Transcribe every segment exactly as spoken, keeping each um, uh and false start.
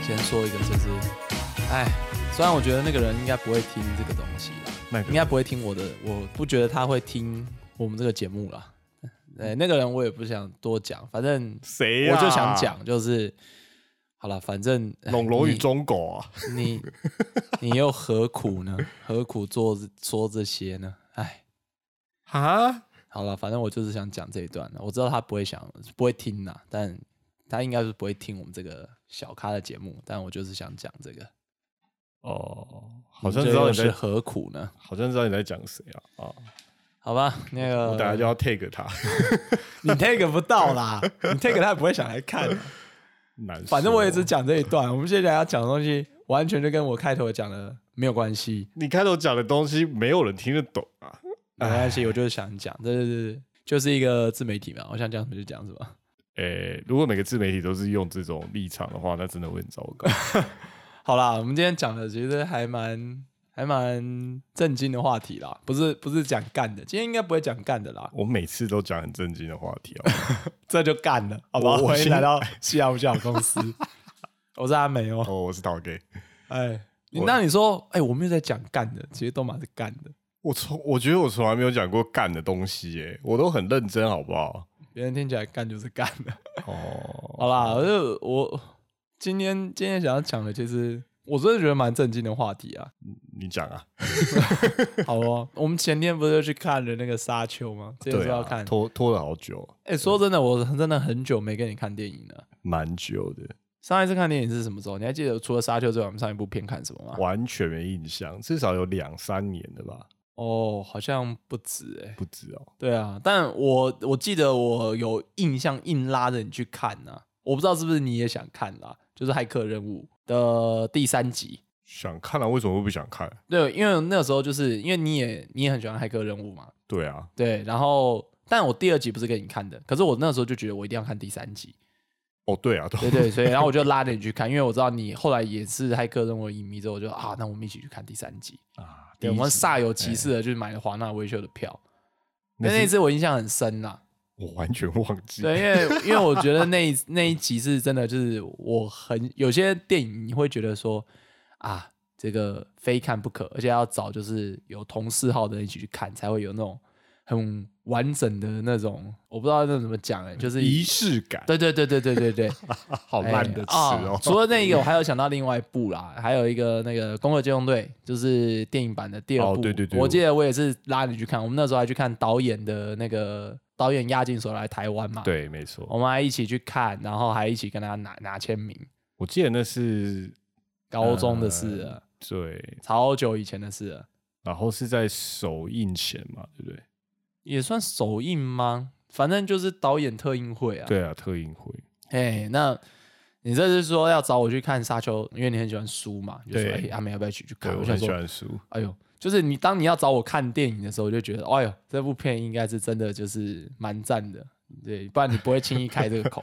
先说一个，就是，哎，虽然我觉得那个人应该不会听这个东西啦，应该不会听我的，我不觉得他会听我们这个节目啦。对，那个人我也不想多讲，反正谁呀、啊？ 我就想讲，就是好了，反正龙龙与中狗啊， 你你又何苦呢？何苦做说这些呢？哎， 啊， 好了，反正我就是想讲这一段，我知道他不会想，不会听啦，但他应该是不会听我们这个小咖的节目，但我就是想讲这个。 哦，好像知道你在是何苦呢？ 好像知道你在讲谁啊？啊， 好吧，那个我等下就要 take 他， 你 take 不到啦，你 take 他也不会想来看。 难， 反正我也只讲这一段，我们现在要讲的东西完全就跟我开头讲的没有关系。 你开头讲的东西没有人听得懂啊， 没关系，我就是想讲，这是就是一个自媒体嘛，我想讲什么就讲什么。 诶，如果每个自媒体都是用这种立场的话，那真的会很糟糕。 好啦，我们今天讲的其实还蛮还蛮震惊的话题啦，不是不是讲干的，今天应该不会讲干的啦。 我每次都讲很震惊的话题哦， 这就干了，好不好？欢迎来到西雅小公司，我是阿美哦， 哦，我是陶 Gay。 哎，那你说，哎，我没有在讲干的，其实都蛮是干的。 我从我觉得我从来没有讲过干的东西耶，我都很认真，好不好？ 别人听起来干就是干的。 哦， 好啦，我我今天今天想要讲的，其实我真的觉得蛮震惊的话题啊。 你讲啊。 好哦，我们前天不是去看了那个《沙丘》吗？这个说要看， 啊、拖拖了好久。 哎、欸，说真的，我真的很久没跟你看电影了， 蛮久的。 上一次看电影是什么时候？你还记得除了《沙丘》之外，我们上一部片看什么吗？ 完全没印象，至少有两三年了吧。 哦，好像不止哎、欸， 不止哦。 对啊，但我我记得我有印象硬拉着你去看啊，我不知道是不是你也想看啦，就是《骇客任务》的第三集。 想看啊，为什么会不想看？ 对，因为那时候就是因为你也你也很喜欢《骇客任务》嘛。 对啊， 对，然后但我第二集不是给你看的，可是我那时候就觉得我一定要看第三集。 哦，对啊， 对对，所以然后我就拉着你去看，因为我知道你后来也是《骇客任务》的影迷，之后我就啊，那我们一起去看第三集啊。对，我们煞有其事的就买了华纳威秀的票，因为那一次我印象很深呐、啊。 我完全忘记。 对，因为因为我觉得那一那一集是真的，就是我很有些电影你会觉得说啊，这个非看不可，而且要找就是有同嗜好的人一起去看，才会有那种很完整的那种，我不知道那怎么讲哎、欸，就是仪式感。 对对对对对对对， 好烂的词哦、 欸。除了那个，我还有想到另外一部啦，还有一个那个《攻壳机动队》，就是电影版的第二部。 哦、对对对， 我记得我也是拉你去看，我们那时候还去看导演的那个导演押金所来台湾嘛。 对，没错。 我们还一起去看，然后还一起跟他拿拿签名。 我记得那是高中的事了、呃， 对， 超久以前的事了。 然后是在首映前嘛，对不对？ 也算首映吗？反正就是导演特映会啊。 对啊，特映会。 哎，那你这是说要找我去看《沙丘》，因为你很喜欢书嘛？就说哎，阿美要不要一起去看？ 我很喜欢书。 哎呦，就是你当你要找我看电影的时候，我就觉得，哎呦，这部片应该是真的就是蛮赞的，对，不然你不会轻易开这个口。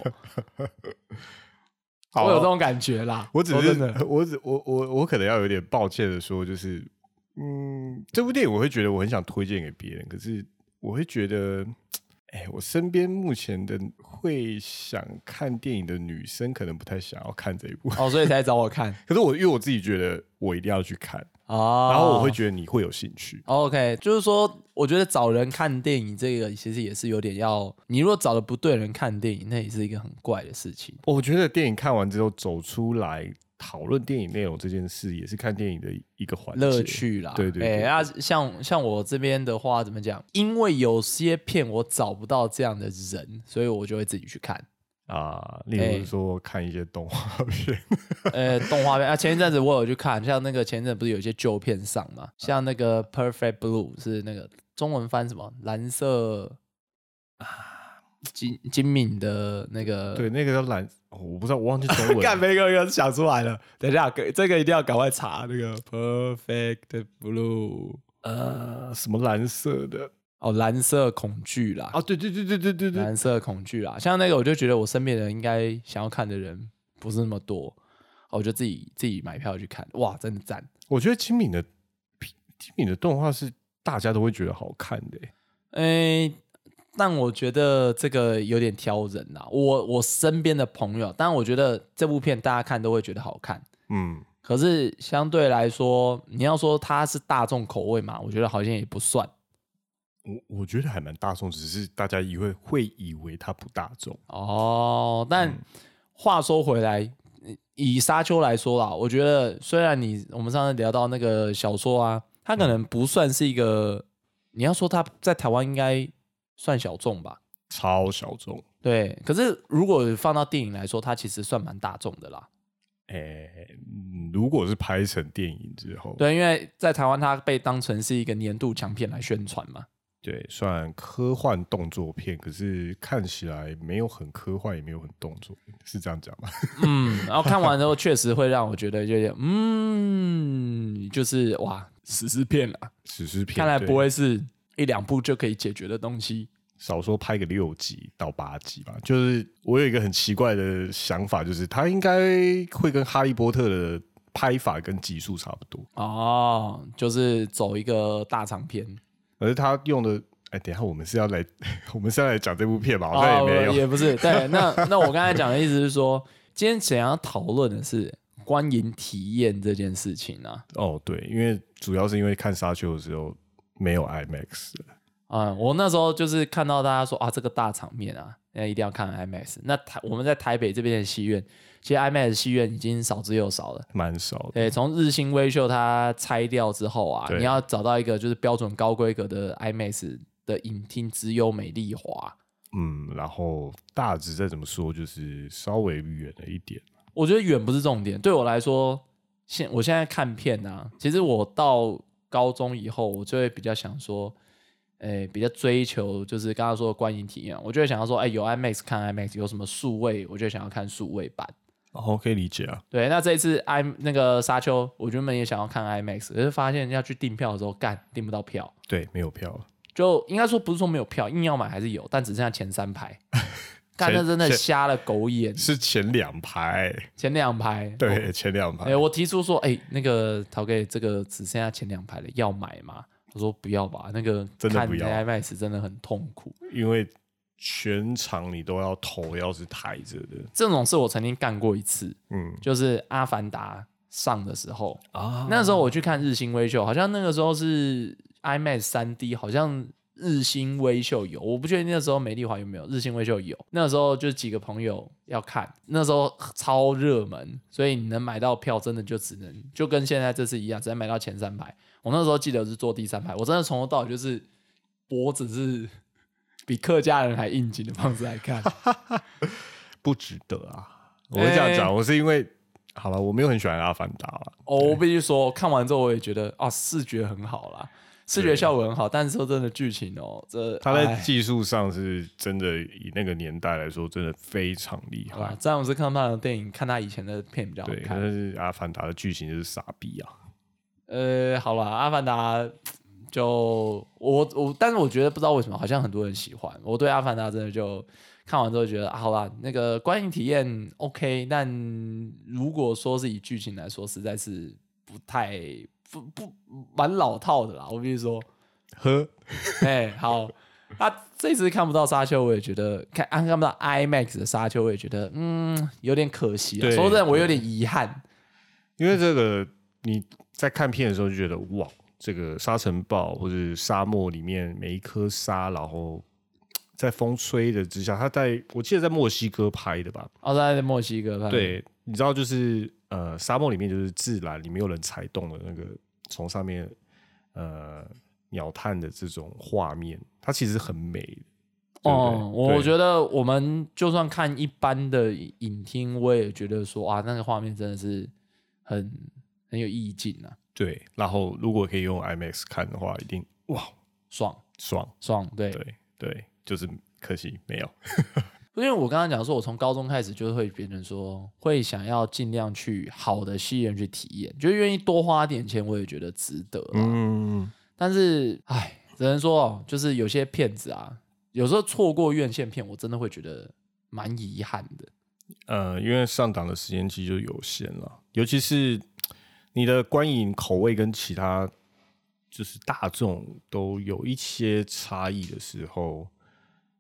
我有这种感觉啦。 我只是，我只我我我可能要有点抱歉的说，就是嗯，这部电影我会觉得我很想推荐给别人，可是我会觉得，哎、欸，我身边目前的会想看电影的女生，可能不太想要看这一部， 哦，所以才找我看。 可是我因为我自己觉得我一定要去看， 哦， 然后我会觉得你会有兴趣。 OK， 就是说，我觉得找人看电影这个其实也是有点要，你如果找的不对人看电影，那也是一个很怪的事情。 我觉得电影看完之后走出来。讨论电影内容这件事，也是看电影的一个环节乐趣啦。 对对对， 哎、欸，啊，像像我这边的话，怎么讲？因为有些片我找不到这样的人，所以我就会自己去看啊。例如说看一些动画片， 呃、欸，动画片啊。前一阵子我有去看，像那个前一阵不是有一些旧片上嘛，像那个 Perfect Blue 是那个中文翻什么蓝色啊。金金敏的那个， 对，那个叫蓝、哦，我不知道，我忘记中文。 干没个人想出来了。等一下，这个一定要赶快查那个 Perfect Blue， 呃，什么蓝色的？ 哦，蓝色恐惧啦。 哦，对对对对对对对， 蓝色恐惧啦。像那个，我就觉得我身边的人应该想要看的人不是那么多，我就自己自己买票去看，哇，真的赞。 我觉得金敏的金敏的动画是大家都会觉得好看的、欸， 诶、欸。 但我觉得这个有点挑人啦。我我身边的朋友，但我觉得这部片大家看都会觉得好看， 嗯， 可是相对来说，你要说它是大众口味嘛，我觉得好像也不算。 我我觉得还蛮大众，只是大家以为会以为它不大众哦。但话说回来，以沙丘来说啦，我觉得虽然你我们上次聊到那个小说啊，它可能不算是一个，你要说它在台湾应该算小众吧， 超小众。 对。可是如果放到电影来说，它其实算蛮大众的啦。 诶、嗯如果是拍成电影之后， 对，因为在台湾它被当成是一个年度强片来宣传嘛。 对，算科幻动作片，可是看起来没有很科幻，也没有很动作，是这样讲吗？ 嗯，然后看完之后确实会让我觉得有点，嗯，就是哇，史诗片了， 史诗片， 看来不会是一两部就可以解决的东西。 少说拍个六集到八集吧。就是我有一个很奇怪的想法，就是它应该会跟哈利波特的拍法跟集数差不多哦，就是走一个大长片。 而他用的，哎，等一下我们是要来，我们是要来讲这部片吧？好像也没有， 哦、也不是。对，那那我刚才讲的意思是说，今天想要讨论的是观影体验这件事情啊。 哦，对，因为主要是因为看沙丘的时候没有 IMAX 了。 嗯，我那时候就是看到大家说啊，这个大场面啊，那一定要看 IMAX。那台我们在台北这边的戏院，其实 IMAX 戏院已经少之又少了， 蛮少的。 对，从日新威秀它拆掉之后啊，你要找到一个就是标准高规格的 IMAX 的影厅，只有美丽华。 嗯，然后大致再怎么说，就是稍微远了一点。 我觉得远不是重点，对我来说，现我现在看片啊，其实我到高中以后，我就会比较想说。诶，比较追求就是刚刚说的观影体验，我就会想要说，哎，有 IMAX 看 IMAX，有什么数位，我就想要看数位版。 哦，可以理解啊。 对，那这一次 i 那个沙丘，我原本也想要看 IMAX，可是发现要去订票的时候，干订不到票。 对，没有票。 就应该说不是说没有票，硬要买还是有，但只剩下前三排。干，那真的瞎了狗眼。 是前两排， 前两排。 对，前两排。 哎，我提出说，哎，那个陶给这个只剩下前两排了，要买吗？我说不要吧，那个看 IMAX 真的很痛苦， 因为全场你都要头要是抬着的。 这种事我曾经干过一次， 嗯， 就是《阿凡达》上的时候啊， 那时候我去看日新威秀，好像那个时候是 IMAX 三 D， 好像日新威秀有，我不确定那时候美丽华有没有，日新威秀有。那时候就几个朋友要看，那时候超热门，所以你能买到票真的就只能就跟现在这次一样，只能买到前三排。我那时候记得是坐第三排，我真的从头到尾就是脖子是比客家人还应紧的方式来看， 不值得啊！我会这样讲，欸、我是因为好了，我没有很喜欢阿凡达啦。 哦，我必须说，看完之后我也觉得啊，视觉很好啦，视觉效果很好，但是说真的，剧情哦，这它在技术上是真的以那个年代来说，真的非常厉害。 詹姆斯·康纳的电影，看他以前的片比较好看， 但是阿凡达的剧情就是傻逼啊。 呃，好了，阿凡达就我我，但是我觉得不知道为什么，好像很多人喜欢。我对阿凡达真的就看完之后觉得，啊、好啦，那个观影体验 OK， 但如果说是以剧情来说，实在是不太不不蛮老套的啦。我必须说， 呵， 哎，好，他、啊、这次看不到沙丘，我也觉得看啊看不到 IMAX 的沙丘，我也觉得嗯有点可惜、啊。说真的，我有点遗憾， 因为这个你。在看片的时候就觉得哇，这个沙尘暴或者沙漠里面每一颗沙，然后在风吹的之下，他在我记得在墨西哥拍的吧？ 哦，在墨西哥拍。 对，你知道就是呃，沙漠里面就是自然，里面有人踩动的那个从上面呃鸟探的这种画面，它其实很美的。 哦，我觉得我们就算看一般的影厅，我也觉得说啊，那个画面真的是很。很有意境啊！ 对，然后如果可以用 IMAX 看的话，一定哇， 爽爽爽！对对对，就是可惜没有。 因为我刚刚讲说，我从高中开始就会变成说，会想要尽量去好的戏院去体验，就愿意多花点钱，我也觉得值得啦。嗯，但是唉，只能说哦，就是有些片子啊，有时候错过院线片，我真的会觉得蛮遗憾的。 呃，因为上档的时间其实就有限了，尤其是。你的观影口味跟其他就是大众都有一些差异的时候，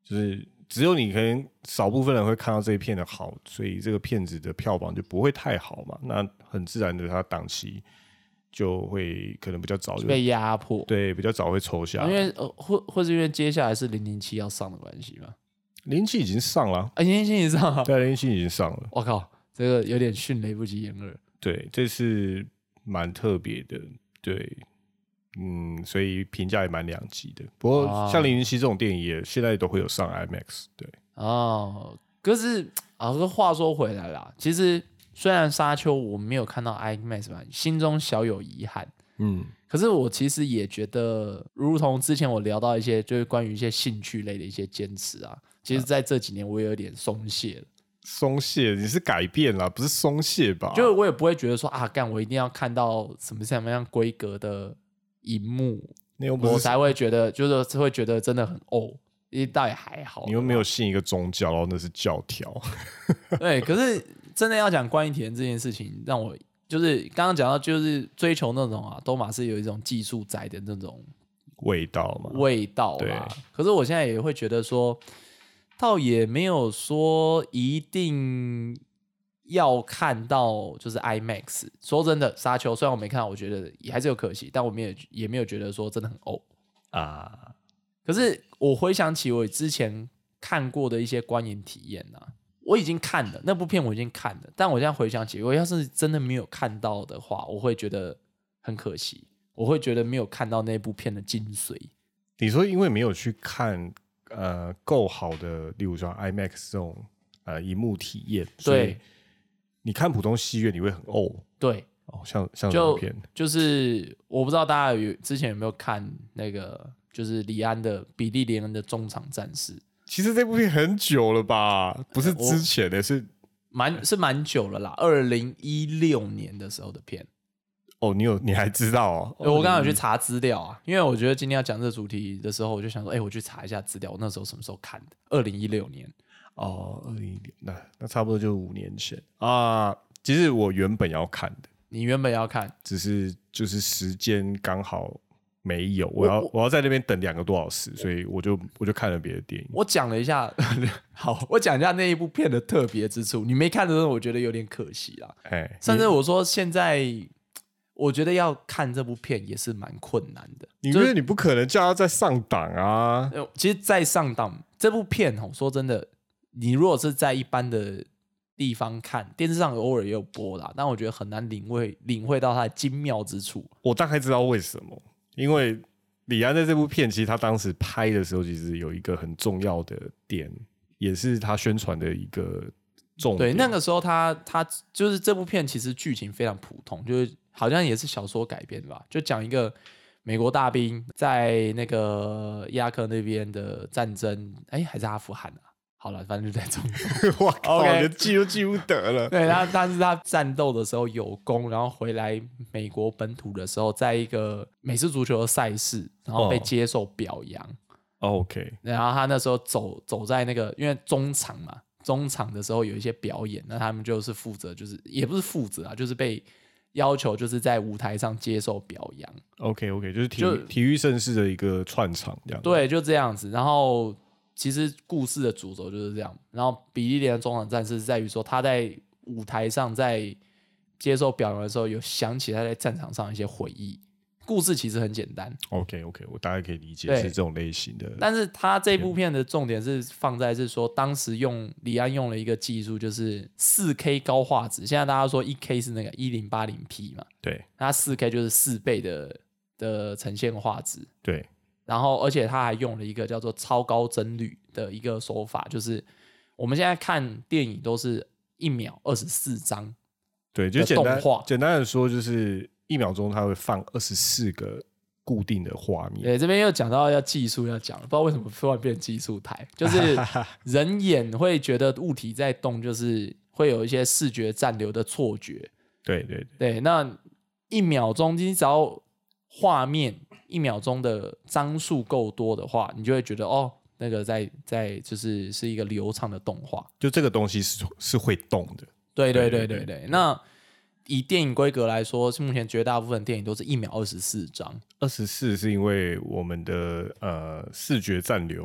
就是只有你可能少部分人会看到这一片的好，所以这个片子的票房就不会太好嘛。那很自然的，它档期就会可能比较早就被压迫， 对，比较早会抽下来。 因为呃，或或是因为接下来是零零七要上的关系嘛。 零零七已经上了， 啊，零零七已经上了， 对，零零七已经上了。 我靠，这个有点迅雷不及掩耳。 对，这是蛮特别的，对，嗯，所以评价也蛮两极的。不过像零零七这种电影也现在都会有上 IMAX， 对。 哦，可是啊，可话说回来啦，其实虽然沙丘我没有看到 IMAX 嘛，心中小有遗憾。 嗯， 可是我其实也觉得，如同之前我聊到一些，就是关于一些兴趣类的一些坚持啊，其实在这几年我也有点松懈了。 松懈？你是改变啦，不是松懈吧？ 就我也不会觉得说啊，干我一定要看到什么什么样规格的荧幕，我才会觉得，就是会觉得真的很哦，因为倒也还好。 你又没有信一个宗教，然后那是教条。 对，可是真的要讲观影体验这件事情，让我。就是刚刚讲到，就是追求那种啊，都马是有一种技术宅的那种味道嘛， 味道啦。可是我现在也会觉得说，倒也没有说一定要看到就是 IMAX。说真的，沙丘虽然我没看到，我觉得也还是有可惜，但我们也也没有觉得说真的很欧啊。可是我回想起我之前看过的一些观影体验啊。我已经看了那部片，我已经看了，但我现在回想起，我要是真的没有看到的话，我会觉得很可惜，我会觉得没有看到那部片的精髓。 你说因为没有去看呃够好的，例如说 IMAX 这种呃萤幕体验，所以你看普通戏院你会很哦， 对， 哦，像像这部片， 就是我不知道大家有之前有没有看那个，就是李安的比利连恩的中场战士。 其实这部片很久了吧？不是之前的，是蛮是蛮久了啦，二零一六年的时候的片。 哦，你有你还知道哦？ 我刚刚有去查资料啊，因为我觉得今天要讲这个主题的时候，我就想说，哎、欸，我去查一下资料，我那时候什么时候看的？二零一六年。 哦，二零一六，那那差不多就五年前啊。其实我原本要看的， 你原本要看， 只是就是时间刚好。没有，我要 我, 我要在那边等两个多小时，所以我就我就看了别的电影。 我讲了一下，好，我讲一下那一部片的特别之处。你没看的时候，我觉得有点可惜啦。哎、欸，甚至我说现在，我觉得要看这部片也是蛮困难的。 因为你不可能叫他再上档啊。 其实，在上档这部片哦，说真的，你如果是在一般的地方看，电视上偶尔也有播啦，但我觉得很难领会领会到它的精妙之处。 我大概知道为什么。因为李安在这部片，其实他当时拍的时候，其实有一个很重要的点，也是他宣传的一个重点。 对，那个时候他他就是这部片，其实剧情非常普通，就是好像也是小说改编吧，就讲一个美国大兵在那个伊拉克那边的战争，哎，还是阿富汗啊。好了，反正就在中国。 哇靠，连、okay. 记都记不得了。 对他，但是他战斗的时候有功，然后回来美国本土的时候，在一个美式足球的赛事，然后被接受表扬。 哦、OK， 然后他那时候走走在那个，因为中场嘛，中场的时候有一些表演，那他们就是负责，就是也不是负责啊，就是被要求就是在舞台上接受表扬。 OK OK， 就是体育体育盛事的一个串场这样。 对，就这样子，然后。其实故事的主轴就是这样，然后比利连的中场战士是在于说他在舞台上在接受表扬的时候，有想起他在战场上的一些回忆。故事其实很简单。 OK OK， 我大概可以理解是这种类型的。 但是他这部片的重点是放在是说，当时用李安用了一个技术，就是 四 K 高画质。现在大家说 一 K 是那个一零八零 P 嘛， 对， 那 四 K 就是四倍的的呈现画质， 对。 然后，而且他还用了一个叫做超高帧率的一个手法，就是我们现在看电影都是一秒二十四张， 对，就简单简单的说，就是一秒钟它会放二十四个固定的画面。 对，这边又讲到要技术要讲，不知道为什么突然变技术台，就是人眼会觉得物体在动，就是会有一些视觉暂留的错觉。 对对对, 对，那一秒钟你只要画面。一秒钟的张数够多的话，你就会觉得哦，那个在在就是是一个流畅的动画， 就这个东西是是会动的。 对对对对 对, 对。那以电影规格来说，目前绝大部分电影都是一秒二十四张。 二十四是因为我们的呃视觉暂留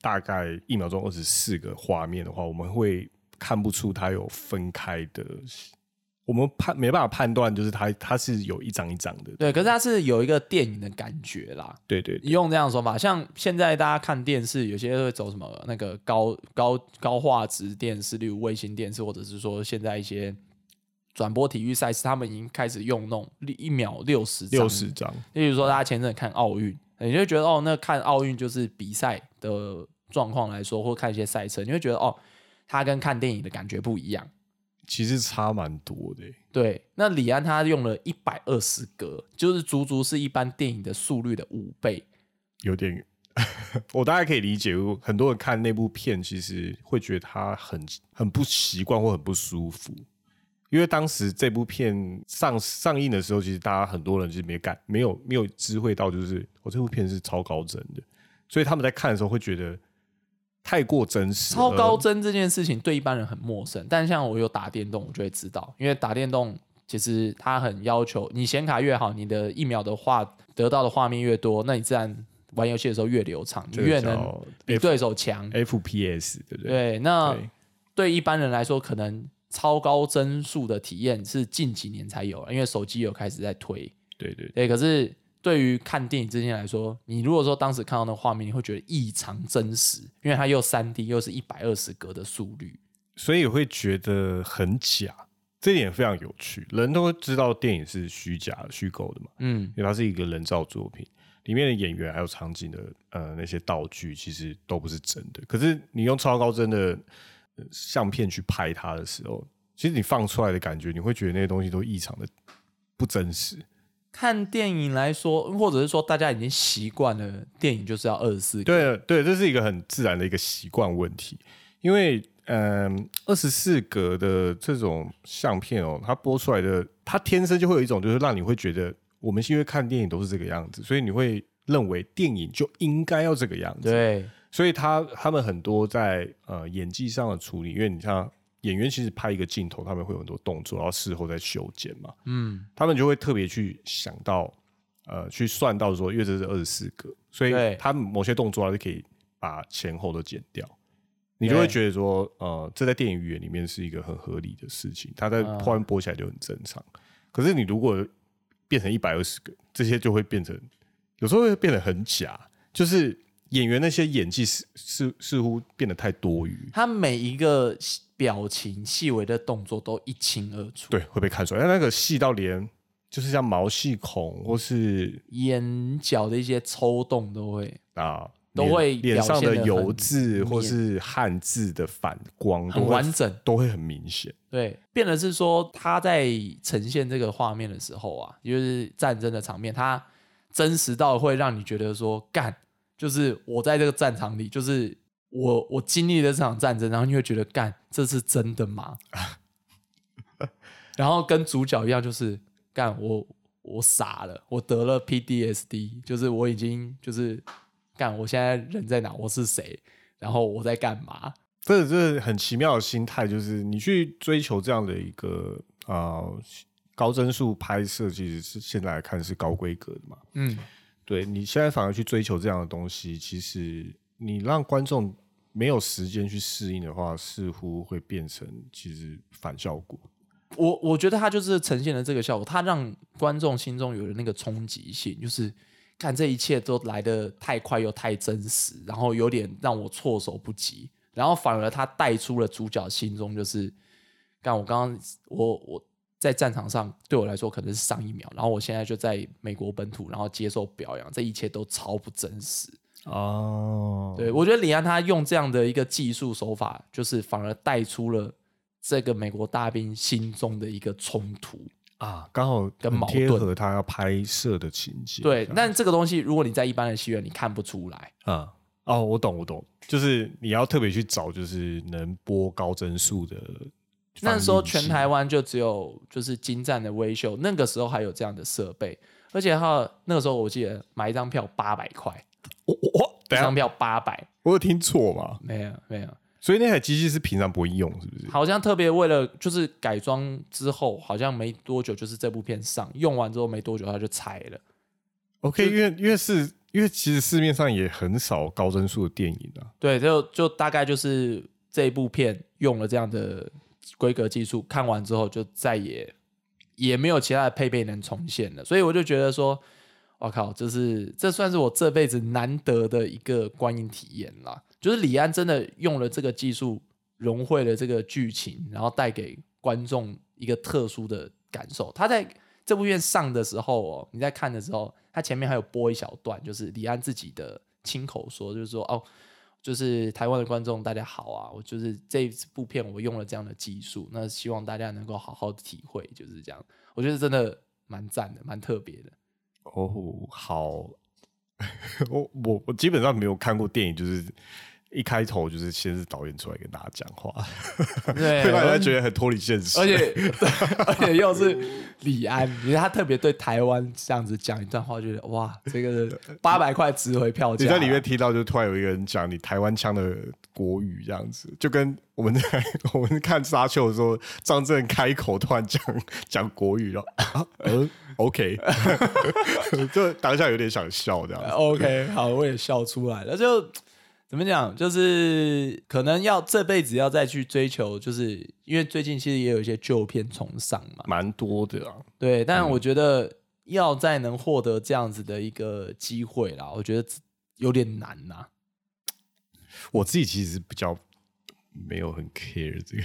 大概一秒钟二十四个画面的话，我们会看不出它有分开的，我们判没办法判断，就是它它是有一张一张的。 对，可是它是有一个电影的感觉啦。 对对对， 用这样的说法，像现在大家看电视，有些会走什么那个高高高画质电视，例如卫星电视，或者是说现在一些转播体育赛事，他们已经开始用那种一秒六十张， 六十张。 例如说，大家前阵子看奥运，你就觉得哦，那看奥运就是比赛的状况来说，或看一些赛车，你会觉得哦，它跟看电影的感觉不一样。 其实差蛮多的。 对，那李安他用了一百二十格，就是足足是一般电影的速率的五倍， 有点我大概可以理解，很多人看那部片其实会觉得他很很不习惯或很不舒服，因为当时这部片上上映的时候，其实大家很多人就是没感没有没有知会到，就是我、哦、这部片是超高帧的，所以他们在看的时候会觉得太过真实。 超高帧这件事情对一般人很陌生，但像我有打电动，我就会知道，因为打电动其实它很要求你显卡越好，你的一秒的画得到的画面越多，那你自然玩游戏的时候越流畅，你越能比对手强。 F P S 对不对？ 对，那对一般人来说，可能超高帧数的体验是近几年才有了，因为手机有开始在推。 对对 对, 对，可是对于看电影之前来说，你如果说当时看到那个画面，你会觉得异常真实，因为它又 三 D 又是一百二十格的速率， 所以会觉得很假。这一点非常有趣，人都会知道电影是虚假的、虚构的嘛，嗯，因为它是一个人造作品，里面的演员还有场景的呃那些道具其实都不是真的。可是你用超高帧的、呃、相片去拍它的时候，其实你放出来的感觉，你会觉得那些东西都异常的不真实。 看电影来说，或者是说大家已经习惯了电影就是要二十四格， 对对，这是一个很自然的一个习惯问题。因为嗯，二十四格的这种相片哦，它播出来的，它天生就会有一种，就是让你会觉得，我们因为看电影都是这个样子，所以你会认为电影就应该要这个样子。 对， 所以他他们很多在呃演技上的处理，因为你像演员其实拍一个镜头，他们会有很多动作，然后事后再修剪嘛，嗯，他们就会特别去想到，呃，去算到说，因为这是二十四格，所以他们某些动作还是可以把前后都剪掉。你就会觉得说，呃，这在电影语言里面是一个很合理的事情，它在突然播起来就很正常。嗯、可是你如果变成一百二十个，这些就会变成，有时候会变得很假，就是演员那些演技似似似乎变得太多余， 他每一个表情、细微的动作都一清二楚， 对，会被看出来。但那个细到连就是像毛细孔或是眼角的一些抽动都会啊。 都会脸上的油渍或是汉字的反光很完整， 都会很明显。 对，变的是说他在呈现这个画面的时候啊，就是战争的场面，他真实到会让你觉得说，干，就是我在这个战场里，就是我我经历了这场战争，然后你会觉得，干，这是真的吗？然后跟主角一样，就是干，我我傻了，我得了 P T S D， 就是我已经就是。干，我现在人在哪？我是谁？然后我在干嘛？ 这这很奇妙的心态，就是你去追求这样的一个啊、呃、高帧数拍摄，其实是现在来看是高规格的嘛。嗯，对你现在反而去追求这样的东西，其实你让观众没有时间去适应的话，似乎会变成其实反效果。 我我觉得它就是呈现了这个效果，它让观众心中有了那个冲击性，就是。看这一切都来得太快又太真实，然后有点让我措手不及，然后反而他带出了主角心中就是干我刚刚我我在战场上对我来说可能是上一秒，然后我现在就在美国本土，然后接受表扬，这一切都超不真实哦。对，我觉得李安他用这样的一个技术手法，就是反而带出了这个美国大兵心中的一个冲突。 啊，刚好跟矛盾贴合他要拍摄的情节。 对，但这个东西如果你在一般的戏院，你看不出来。 啊、嗯，哦，我懂，我懂，就是你要特别去找，就是能播高帧数的。 那时候全台湾就只有就是精湛的微秀，那个时候还有这样的设备，而且他那个时候我记得买一张票八百块， 我我一张票八百， 我有听错吗？ 没有没有。 所以那台机器是平常不会用，是不是？ 好像特别为了就是改装之后，好像没多久就是这部片上，用完之后没多久它就拆了。 OK， 因为因为是因为其实市面上也很少高帧数的电影啊。 对，就就大概就是这一部片用了这样的规格技术，看完之后就再也也没有其他的配备能重现了，所以我就觉得说，我靠，这是这算是我这辈子难得的一个观影体验啦。就是李安真的用了这个技术，融汇了这个剧情，然后带给观众一个特殊的感受。他在这部片上的时候哦，你在看的时候，他前面还有播一小段，就是李安自己的亲口说，就是说哦，就是台湾的观众大家好啊，我就是这部片我用了这样的技术，那希望大家能够好好的体会，就是这样。我觉得真的蛮赞的，蛮特别的。 哦，好，我我我基本上没有看过电影，就是一开头就是先是导演出来跟大家讲话， 对， 会让人家觉得很脱离现实， 而且而且又是李安，你看他特别对台湾这样子讲一段话，觉得哇，这个八百块值回票价。 你在里面听到，就突然有一个人讲你台湾腔的国语这样子，就跟我们在我们看沙丘的时候，张震开口突然讲讲国语，然后啊呃 OK， 就当下有点想笑这样子。 OK， 好，我也笑出来了，就。怎么讲？就是可能要这辈子要再去追求，就是因为最近其实也有一些旧片重上嘛， 蛮多的啊。 对，但我觉得要再能获得这样子的一个机会啦，我觉得有点难呐。 我自己其实比较没有很 care 这个，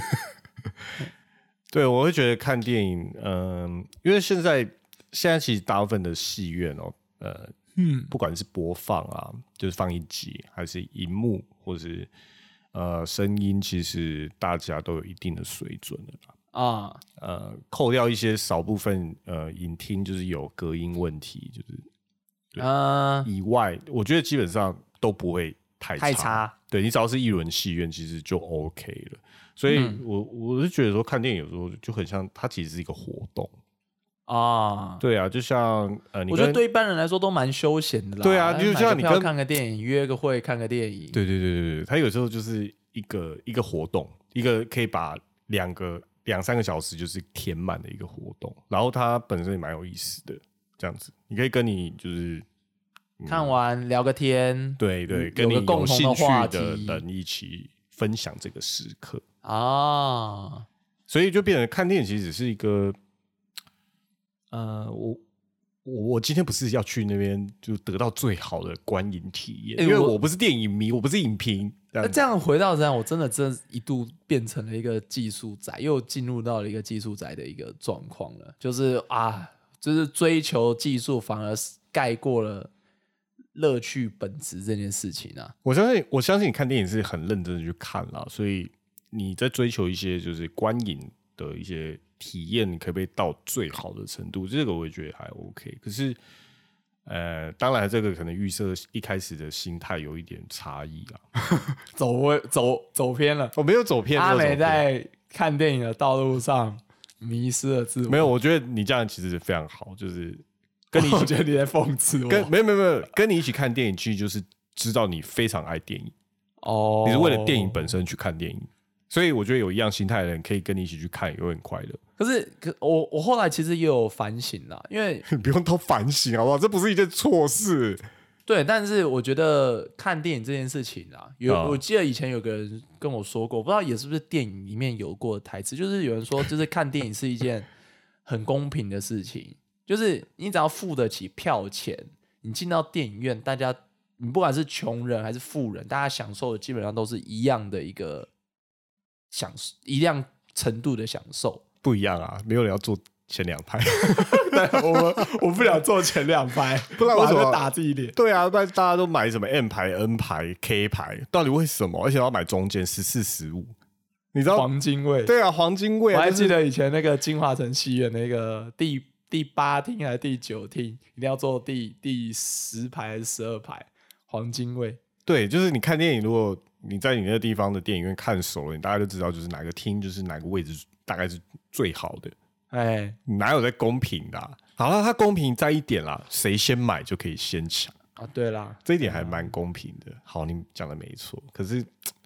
对，我会觉得看电影，嗯，因为现在现在其实大部分的戏院哦，呃。嗯，不管是播放啊，就是放映机，还是荧幕，或是呃声音，其实大家都有一定的水准的啦。啊，呃，扣掉一些少部分呃影厅就是有隔音问题，就是啊以外，我觉得基本上都不会太差。太差，对，你只要是一轮戏院，其实就 OK 了。所以我我是觉得说看电影有时候就很像，它其实是一个活动。啊，对啊，就像呃， 我觉得对一般人来说都蛮休闲的啦。 对啊，就像你跟看个电影，约个会，看个电影。 对对对对对，它有时候就是一个一个活动，一个可以把两个两三个小时就是填满的一个活动，然后它本身也蛮有意思的，这样子，你可以跟你就是、 嗯、看完聊个天， 对对，跟你有兴趣的人一起分享这个时刻啊，所以就变成看电影其实是一个。呃，我我今天不是要去那边就得到最好的观影体验，欸、因为我不是电影迷，我不是影评。 那这样回到这样，我真的真的一度变成了一个技术宅，又进入到了一个技术宅的一个状况了。就是啊，就是追求技术反而盖过了乐趣本质这件事情啊。 我相信，我相信你看电影是很认真的去看啦，所以你在追求一些就是观影的一些。体验你可不可以到最好的程度？这个我也觉得还 OK。可是，呃，当然这个可能预设一开始的心态有一点差异啦。 走走走偏了， 我没有走偏。 阿美在看电影的道路上迷失了自我。 没有，我觉得你这样其实非常好，就是跟你， 我觉得你在讽刺我。 跟没有没有没有，跟你一起看电影，其实就是知道你非常爱电影哦，你是为了电影本身去看电影。所以我觉得有一样心态的人可以跟你一起去看，也会很快乐。 可是，可我我后来其实也有反省啦，因为不用都反省好不好？这不是一件错事。 对，但是我觉得看电影这件事情啊，有、哦、我记得以前有个人跟我说过，不知道也是不是电影里面有过的台词，就是有人说，就是看电影是一件很公平的事情，就是你只要付得起票钱，你进到电影院，大家你不管是穷人还是富人，大家享受的基本上都是一样的一个。享一样程度的享受不一样啊，没有人要做前两排。 对，我们我不想做前两排， 不然为什么打自己脸？ 对啊，不然大家都买什么 M 排、N 排、K 排，到底为什么？而且要买中间十四、十五，你知道黄金位？ 对啊，黄金位、啊。 我还记得以前那个金华城戏院那个第第八厅还是第九厅，一定要坐第第十排还是十二排黄金位。 对，就是你看电影，如果你在你那个地方的电影院看熟了，你大概就知道就是哪个厅就是哪个位置大概是最好的。哎，哪有在公平的、啊？好了，它公平在一点啦，谁先买就可以先抢啊。对啦， 这一点还蛮公平的。好，你讲的没错。可是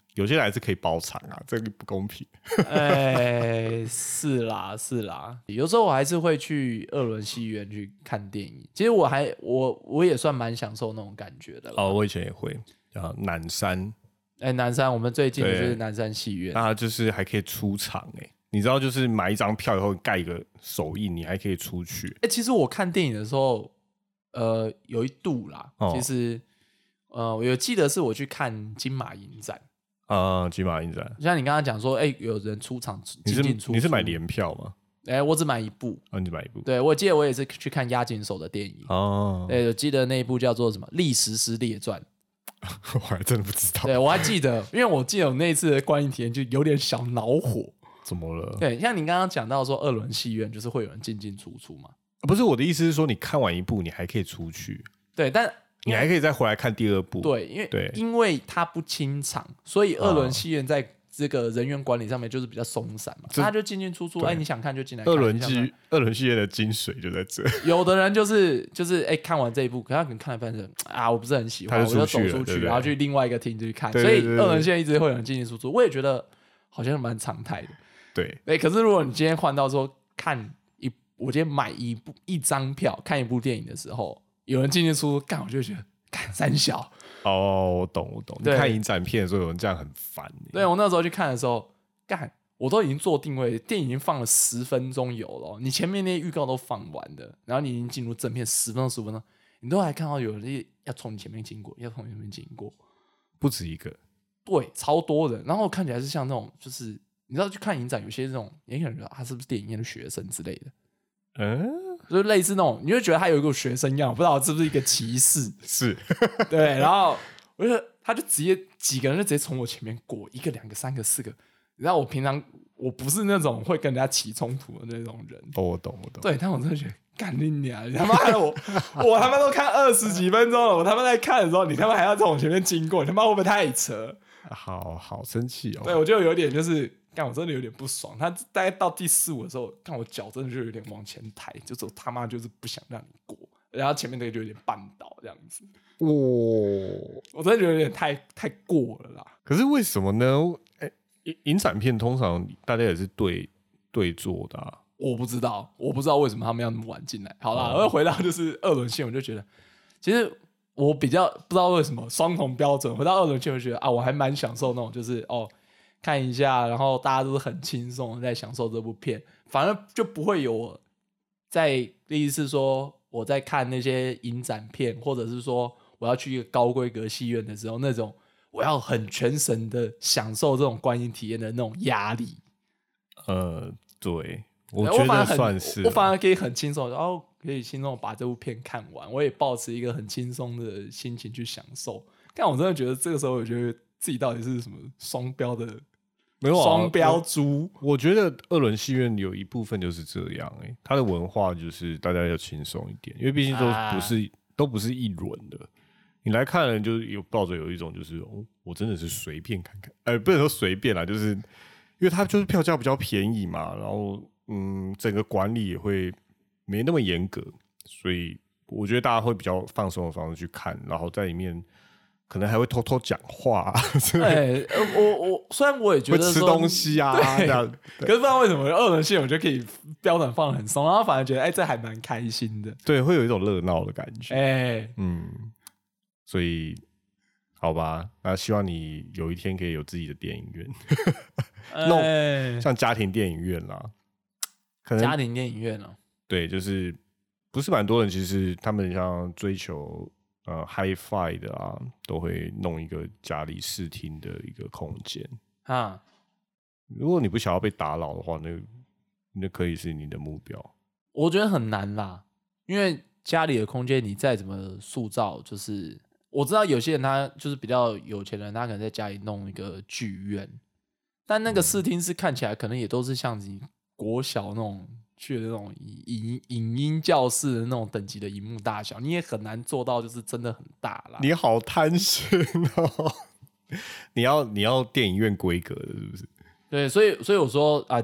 有些人还是可以包场啊，这个不公平。 哎，是啦是啦，有时候我还是会去二轮戏院去看电影。其实我还我我也算蛮享受那种感觉的。 哦，我以前也会啊，南山。 哎，南山，我们最近的就是南山戏院， 那就是还可以出场哎、欸，你知道，就是买一张票以后盖一个手印，你还可以出去。 哎，其实我看电影的时候，呃，有一度啦，哦、其实呃，我有记得是我去看金马影展。 啊，金马影展， 像你刚刚讲说，哎、欸，有人出场进进出出， 你是买联票吗？ 哎、欸，我只买一部。 哦，你只买一部？ 对，我记得我也是去看押井守的电影。哦，对，我记得那一部叫做什么《历史师列传》。 我还真的不知道。 对，我还记得，因为我记得我那一次的观影体验就有点小恼火。 怎么了？ 对，像你刚刚讲到说二轮戏院就是会有人进进出出嘛。 不是，我的意思是说，你看完一部，你还可以出去。 对，但你还可以再回来看第二部。 对，因为对， 因为它不清场，所以二轮戏院在这个人员管理上面就是比较松散嘛，他就进进出出，哎，你想看就进来看。 二轮戏二轮戏院的精髓就在这。 有的人就是就是哎，看完这一部，可他可能看了半天啊，我不是很喜欢，我就走出去，然后去另外一个厅去看。所以二轮戏院一直会有人进进出出，我也觉得好像蛮常态的。 对， 哎，可是如果你今天换到说看一，我今天买一部一张票看一部电影的时候，有人进进出出，干我就觉得干三小。 哦，我懂我懂。你看影展片的时候，有人这样很烦。 对，我那时候去看的时候，干我都已经做定位，电影已经放了十分钟有了，你前面那些预告都放完的，然后你已经进入正片十分钟十五分钟，你都还看到有人要从你前面经过，要从你前面经过， 不止一个， 对，超多人。然后看起来是像那种，就是你知道去看影展，有些这种你可能觉得他是不是电影院的学生之类的，嗯。就类似那种，你会觉得他有一个学生样，不知道是不是一个歧视？ 是， 对。然后我觉得他就直接几个人就直接从我前面过，一个、两个、三个、四个。你知道我平常我不是那种会跟人家起冲突的那种人。 哦，我懂，我懂。 对，但我真的觉得干你娘！你他妈的我我他妈都看二十几分钟了，我他妈在看的时候，你他妈还要从我前面经过，你他妈会不会太扯？ 好好生气哦！ 对，我就有点就是。干我真的有点不爽，他大概到第四五的时候，看我脚真的就有点往前抬，就是我他妈就是不想让你过，然后前面那个就有点绊倒这样子。哇、哦，我真的觉得有点太太过了啦。 可是为什么呢？哎、欸，影展片通常大家也是对对坐的、啊， 我不知道，我不知道为什么他们要那么晚进来。好啦，我、哦、回到就是二轮线，我就觉得其实我比较不知道为什么双重标准，回到二轮线，我就觉得啊，我还蛮享受那种就是哦。看一下，然后大家都是很轻松的在享受这部片，反而就不会有我在意思是说我在看那些影展片，或者是说我要去一个高规格戏院的时候，那种我要很全神的享受这种观影体验的那种压力。 呃，对，我觉得算是我, 我反而可以很轻松，然后可以轻松把这部片看完，我也抱持一个很轻松的心情去享受。但我真的觉得这个时候，我觉得自己到底是什么双标的。 没有双标猪， 我觉得二轮戏院有一部分就是这样、欸，哎，它的文化就是大家要轻松一点，因为毕竟都不是、啊、都不是一轮的，你来看人就是有抱着有一种就是哦，我真的是随便看看，呃，不能说随便啦，就是因为它就是票价比较便宜嘛，然后嗯，整个管理也会没那么严格，所以我觉得大家会比较放松的方式去看，然后在里面。可能还会偷偷讲话、啊， 哎、欸，我我虽然我也觉得会吃东西啊，这样， 可是不知道为什么二轮线我就可以标准放得很松，然后反而觉得哎、欸，这还蛮开心的， 对，会有一种热闹的感觉，哎、 欸， 嗯，所以好吧，那希望你有一天可以有自己的电影院，那种、欸、像家庭电影院啦， 可能家庭电影院哦、喔， 对，就是不是蛮多人其实他们像追求。呃 ，Hi-Fi 的啊，都会弄一个家里视听的一个空间啊。如果你不想要被打扰的话，那那可以是你的目标。 我觉得很难啦，因为家里的空间你再怎么塑造，就是我知道有些人他就是比较有钱人，他可能在家里弄一个剧院，但那个视听是看起来可能也都是像你国小那种。去的那种影影音教室的那种等级的萤幕大小，你也很难做到，就是真的很大啦。 你好贪心哦！你要你要电影院规格的，是不是？ 对，所以所以我说啊，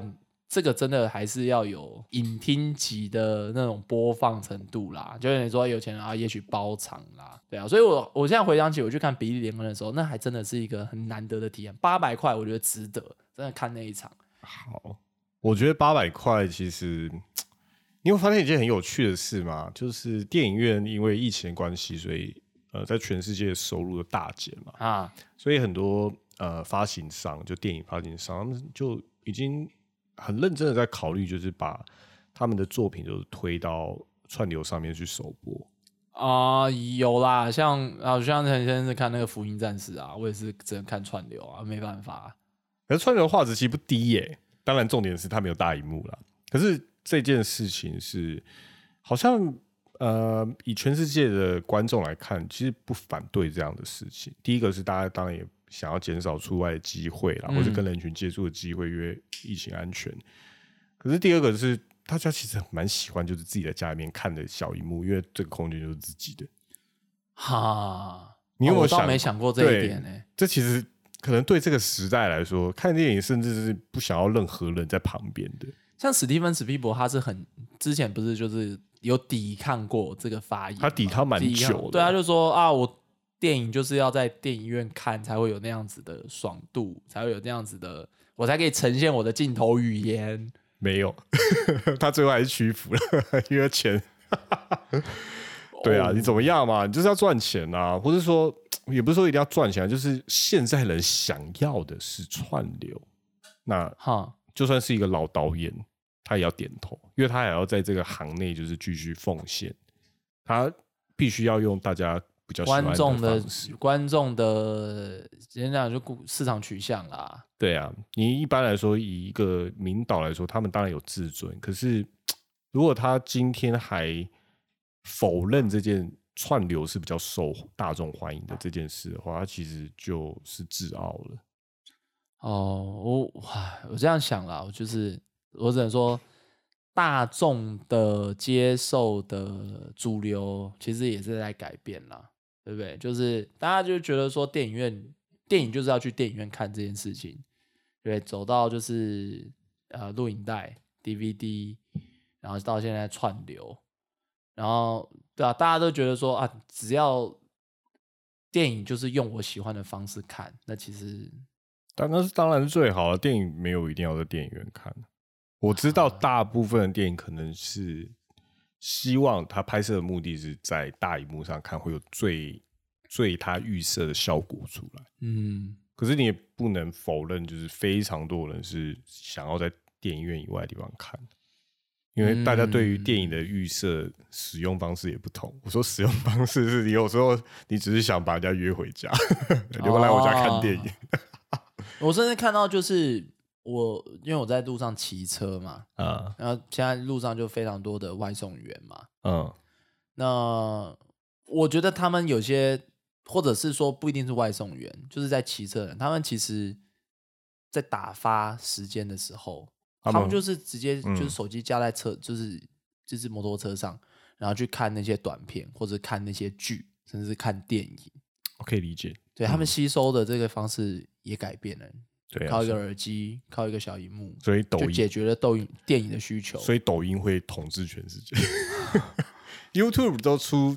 这个真的还是要有影厅级的那种播放程度啦，就是你说有钱人啊，也许包场啦，对啊，所以我我现在回想起我去看比利联恩的时候，那还真的是一个很难得的体验，八百块我觉得值得，真的看那一场。 好，我觉得八百块其实你会发现一件很有趣的事嘛，就是电影院因为疫情的关系，所以呃在全世界收入的大减嘛，啊，所以很多呃发行商就电影发行商，他们就已经很认真的在考虑，就是把他们的作品就是推到串流上面去首播啊、呃，有啦，像啊，像前阵子看那个《福音战士》啊，我也是只能看串流啊，没办法、啊。 可是串流的画质其实不低耶、欸，当然重点是它没有大荧幕啦。可是这件事情是好像呃，以全世界的观众来看，其实不反对这样的事情。第一个是大家当然也想要减少出外的机会啦，嗯、或者跟人群接触的机会，因为疫情安全。可是第二个是大家其实蛮喜欢，就是自己在家里面看的小荧幕，因为这个空间就是自己的。 哈， 你有没有想、 哦、我倒没想过这一点呢、欸。 这其实可能对这个时代来说，看电影甚至是不想要任何人在旁边的。 像史蒂芬·史匹柏，他是很之前不是就是有抵抗过这个发言， 他抵抗蛮久的。 对，他就说啊，我电影就是要在电影院看才会有那样子的爽度，才会有那样子的，我才可以呈现我的镜头语言。 没有，他最后还是屈服了，因为钱。对啊，你怎么样嘛？你就是要赚钱啊，或者说也不是说一定要赚钱，就是现在人想要的是串流。那就算是一个老导演，他也要点头，因为他也要在这个行内就是继续奉献，他必须要用大家比较喜欢的方式。 观众的人家就市场取向啦。 对啊，你一般来说以一个名导来说，他们当然有自尊，可是如果他今天还否认这件串流是比较受大众欢迎的这件事的话，他其实就是自傲了。 哦，我我这样想啦，我就是我只能说，大众的接受的主流其实也是在改变啦，对不对？就是大家就觉得说电影院电影就是要去电影院看这件事情，对，走到就是呃录影带、D V D， 然后到现在串流，然后对啊，大家都觉得说啊，只要电影就是用我喜欢的方式看，那其实。 但那是当然是最好的，电影没有一定要在电影院看。我知道大部分的电影可能是希望他拍摄的目的是在大荧幕上看会有最最他预设的效果出来。嗯，可是你也不能否认，就是非常多人是想要在电影院以外的地方看，因为大家对于电影的预设使用方式也不同。我说使用方式是你有时候你只是想把人家约回家，你要来我家看电影。 我甚至看到就是我，因为我在路上骑车嘛，嗯，然后现在路上就非常多的外送员嘛，嗯，那我觉得他们有些，或者是说不一定是外送员，就是在骑车的人，他们其实在打发时间的时候，他们, 他们就是直接就是手机架在车，嗯、就是就是摩托车上，然后去看那些短片，或者看那些剧，甚至是看电影。 我可以理解， 对、嗯、他们吸收的这个方式也改变了， 对、啊， 靠一个耳机，靠一个小萤幕， 所以抖音就解决了抖音电影的需求。 所以抖音会统治全世界。YouTube 都出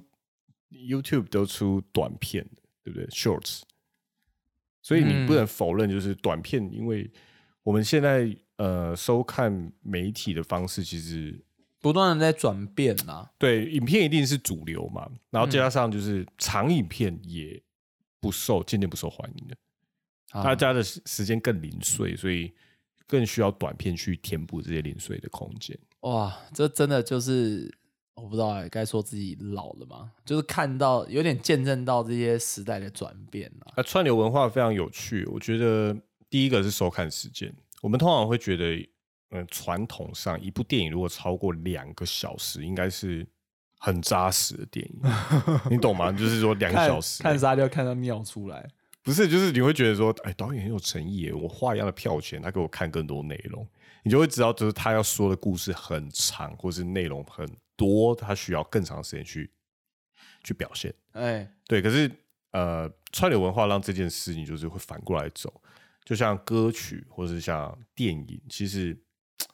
YouTube 都出短片，对不对 ？Shorts， 所以你不能否认，就是短片，嗯、因为我们现在呃收看媒体的方式其实。 不断的在转变啦， 对，影片一定是主流嘛，然后加上就是长影片也不受渐渐不受欢迎的，啊、大家的时间更零碎，所以更需要短片去填补这些零碎的空间。 哇，这真的就是我不知道该说自己老了吗？就是看到有点见证到这些时代的转变啦。 啊，串流文化非常有趣，我觉得第一个是收看时间，我们通常会觉得。嗯，传统上一部电影如果超过两个小时，应该是很扎实的电影，你懂吗？就是说两个小时看沙雕看到尿出来， 不是，就是你会觉得说，哎，导演很有诚意耶，我花一样的票钱，他给我看更多内容，你就会知道，就是他要说的故事很长，或是内容很多，他需要更长的时间去去表现。哎，对，可是呃，串流文化让这件事情就是会反过来走，就像歌曲或是像电影，其实。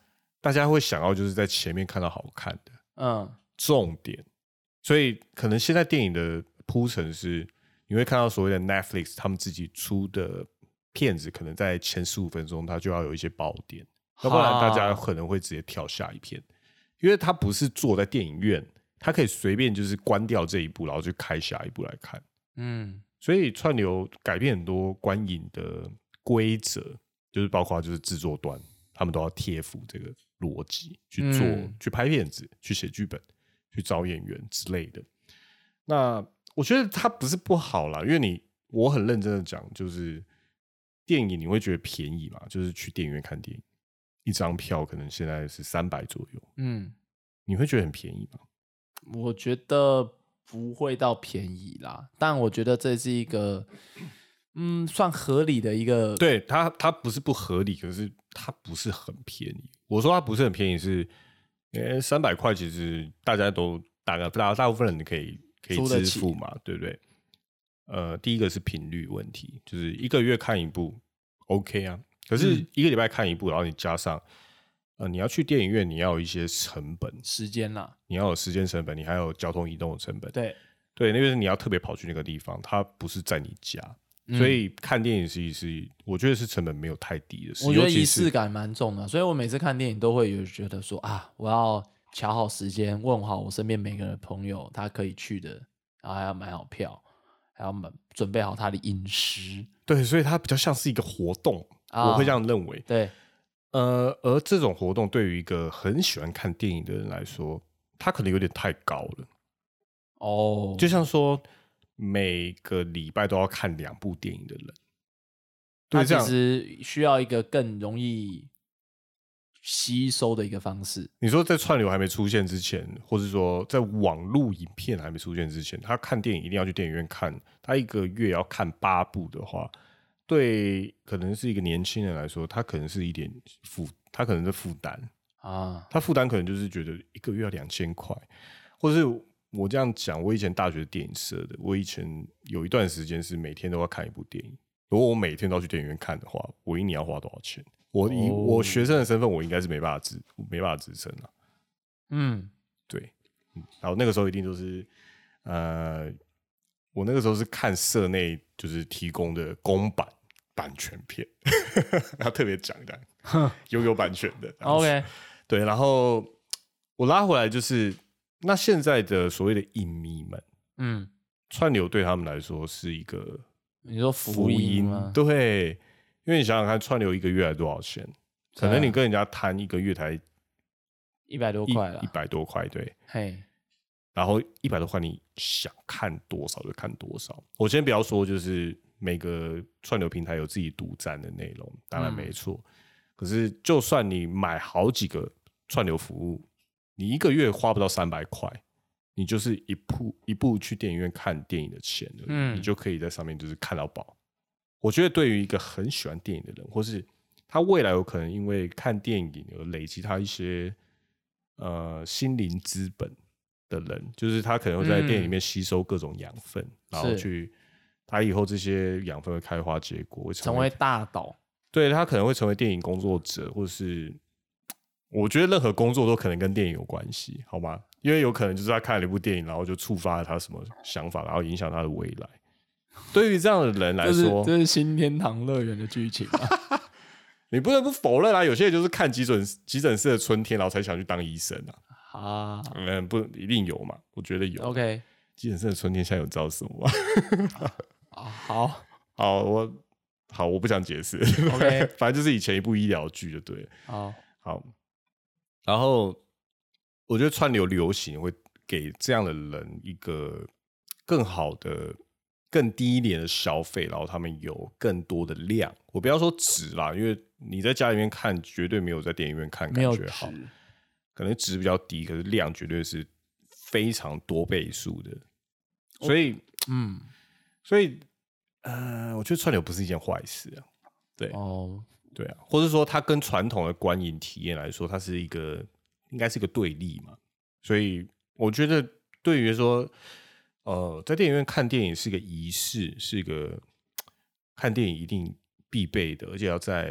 大家会想要就是在前面看到好看的， 嗯， 重点，所以可能现在电影的铺陈是，你会看到所谓的 Netflix 他们自己出的片子，可能在前十五分钟它就要有一些爆点，要不然大家可能会直接跳下一片，因为它不是坐在电影院，它可以随便就是关掉这一部，然后就开下一部来看。嗯，所以串流改变很多观影的规则，就是包括就是制作端，他们都要贴服这个逻辑去做、嗯、去拍片子，去写剧本，去找演员之类的。那我觉得它不是不好啦，因为你我很认真的讲，就是电影你会觉得便宜嘛，就是去电影院看电影，一张票可能现在是三百左右，嗯，你会觉得很便宜吗？ 我觉得不会到便宜啦，但我觉得这是一个嗯算合理的一个， 对，它它不是不合理，可是它不是很便宜。我说它不是很便宜是，呃，三百块其实大家都大概大大部分人可以可以支付嘛，对不对？呃，第一个是频率问题，就是一个月看一部 OK 啊，可是一个礼拜看一部，然后你加上呃你要去电影院，你要有一些成本， 时间啦， 你要有时间成本，你还有交通移动的成本， 对对，那个你要特别跑去那个地方，它不是在你家。所以看电影是是，我觉得是成本没有太低的事。 我觉得仪式感蛮重的，所以我每次看电影都会有觉得说啊，我要瞧好时间，问好我身边每个朋友他可以去的，然后还要买好票，还要买准备好他的饮食。 对，所以它比较像是一个活动，啊、我会这样认为。 对， 呃，而这种活动对于一个很喜欢看电影的人来说，它可能有点太高了。哦，就像说。每个礼拜都要看两部电影的人， 他其实需要一个更容易吸收的一个方式。 你说在串流还没出现之前，或是说在网络影片还没出现之前，他看电影一定要去电影院看，他一个月要看八部的话，对可能是一个年轻人来说，他可能是一点负，他可能是负担啊，他负担可能就是觉得一个月要两千块，或者是。我这样讲，我以前大学电影社的，我以前有一段时间是每天都要看一部电影。如果我每天都要去电影院看的话，我一年要花多少钱？我以我学生的身份，我应该是没办法支，没办法支撑啊。嗯，对。然后那个时候一定都是，呃，我那个时候是看社内就是提供的公版版权片，要特别讲的，拥有版权的。 OK， 对，然后我拉回来就是。那现在的所谓的影迷们，嗯，串流对他们来说是一个你说福音吗？ 对，因为你想想看，串流一个月才多少钱？可能你跟人家谈一个月才一百多块了， 一百多块，对， 嘿， 然后一百多块，你想看多少就看多少。我先不要说，就是每个串流平台有自己独占的内容，当然没错。嗯、可是，就算你买好几个串流服务。你一个月花不到三百块，你就是一部一部去电影院看电影的钱了，嗯，你就可以在上面就是看到饱。我觉得对于一个很喜欢电影的人，或是他未来有可能因为看电影而累积他一些呃心灵资本的人，就是他可能会在电影里面吸收各种养分，嗯、然后去他以后这些养分会开花结果，会成为大导。 对，他可能会成为电影工作者，或是。我觉得任何工作都可能跟电影有关系，好吗？因为有可能就是他看了一部电影，然后就触发了他什么想法，然后影响他的未来。对于这样的人来说， 这 是, 这是新天堂乐园的剧情啊！ 你不能不否认啊，有些人就是看急诊急诊室的春天，然后才想去当医生啊。啊，嗯，不一定有嘛？我觉得有。 OK， 急诊室的春天现在有知道什么吗？ 啊，好好，我好，我不想解释。OK， 反正就是以前一部医疗剧就对了。好，好。然后我觉得串流流行会给这样的人一个更好的、更低廉的消费，然后他们有更多的量。我不要说值啦，因为你在家里面看绝对没有在电影院看感觉好，可能值比较低，可是量绝对是非常多倍数的。所以，嗯，所以呃，我觉得串流不是一件坏事啊。对哦。对啊，或者说它跟传统的观影体验来说，它是一个应该是一个对立嘛，所以我觉得对于说，呃，在电影院看电影是个仪式，是一个看电影一定必备的，而且要在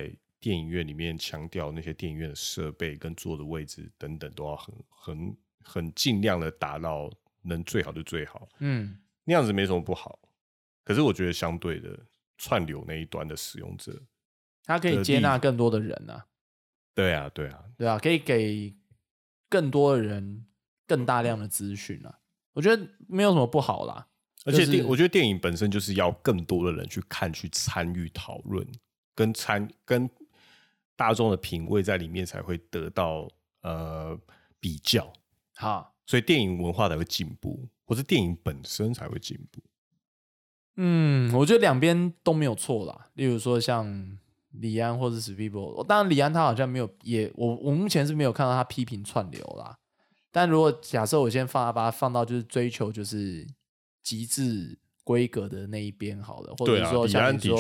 电影院里面强调那些电影院的设备跟坐的位置等等都要很很很尽量的达到能最好就最好， 嗯， 那样子没什么不好。可是我觉得相对的，串流那一端的使用者， 它可以接纳更多的人啊。 对啊，对啊， 对啊，可以给更多的人更大量的资讯啊，我觉得没有什么不好啦。 而且电、 就是、 我觉得电影本身就是要更多的人去看、去参与讨论，跟参跟大众的品味在里面才会得到呃比较。 好， 所以电影文化才会进步，或是电影本身才会进步。 嗯，我觉得两边都没有错啦。例如说像李安或是史皮博，当然李安他好像没有，也我我目前是没有看到他批评串流啦。但如果假设我先放把它放到就是追求就是极致规格的那一边好了，或者说像你说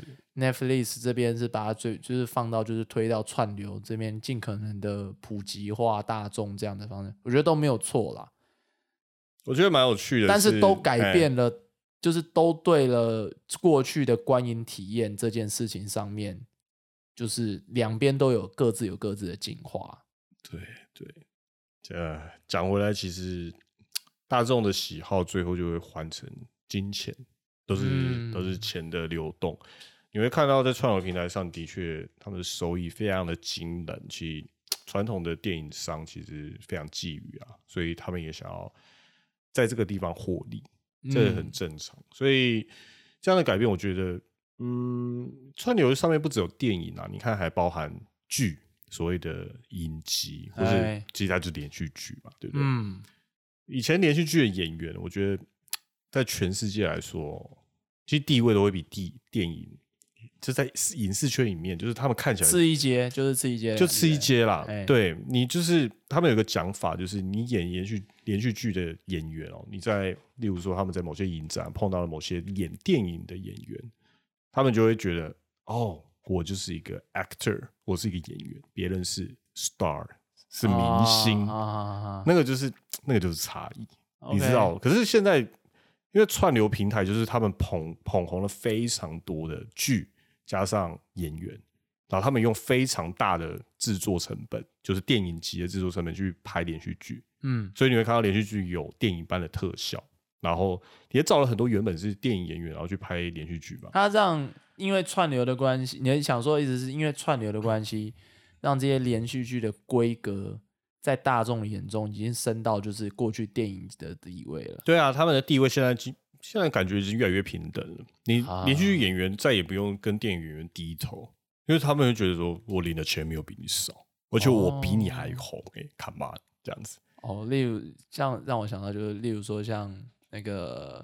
Netflix 这边是把它追就是放到就是推到串流这边，尽可能的普及化大众这样的方式，我觉得都没有错啦。 我觉得蛮有趣的是， 但是都改变了。就是都对了过去的观影体验这件事情上面，就是两边都有各自有各自的进化。 对对，呃，讲回来，其实大众的喜好最后就会换成金钱，都是、嗯、都是钱的流动。你会看到在串流平台上的确他们的收益非常的惊人，其实传统的电影商其实非常觊觎啊，所以他们也想要在这个地方获利。这很正常，嗯、所以这样的改变，我觉得，嗯，串流上面不只有电影啊，你看还包含剧，所谓的影集，或是其实它就是连续剧嘛，对不对？嗯，以前连续剧的演员，我觉得在全世界来说，其实地位都会比地电影，就在影视圈里面，就是他们看起来次一阶，就是次一阶， 就次一阶啦。对，你就是他们有个讲法，就是你演连续连续剧的演员哦，你在例如说他们在某些影展碰到了某些演电影的演员，他们就会觉得哦，我就是一个 actor， 我是一个演员，别人是 star， 是明星，啊啊啊、那个就是那个就是差异， okay. 你知道？可是现在因为串流平台就是他们捧捧红了非常多的剧。加上演员，然后他们用非常大的制作成本，就是电影级的制作成本去拍连续剧，嗯，所以你会看到连续剧有电影般的特效，然后也找了很多原本是电影演员，然后去拍连续剧嘛。 他这样因为串流的关系，你想说的意思是因为串流的关系，让这些连续剧的规格在大众眼中已经升到就是过去电影的地位了。 对啊，他们的地位现在现在感觉已经越来越平等了，你连续剧演员再也不用跟电影演员低头，因为他们会觉得说我领的钱没有比你少，而且我比你还红，哎、欸，看嘛这样子。 哦，例如像让我想到就是，例如说像那个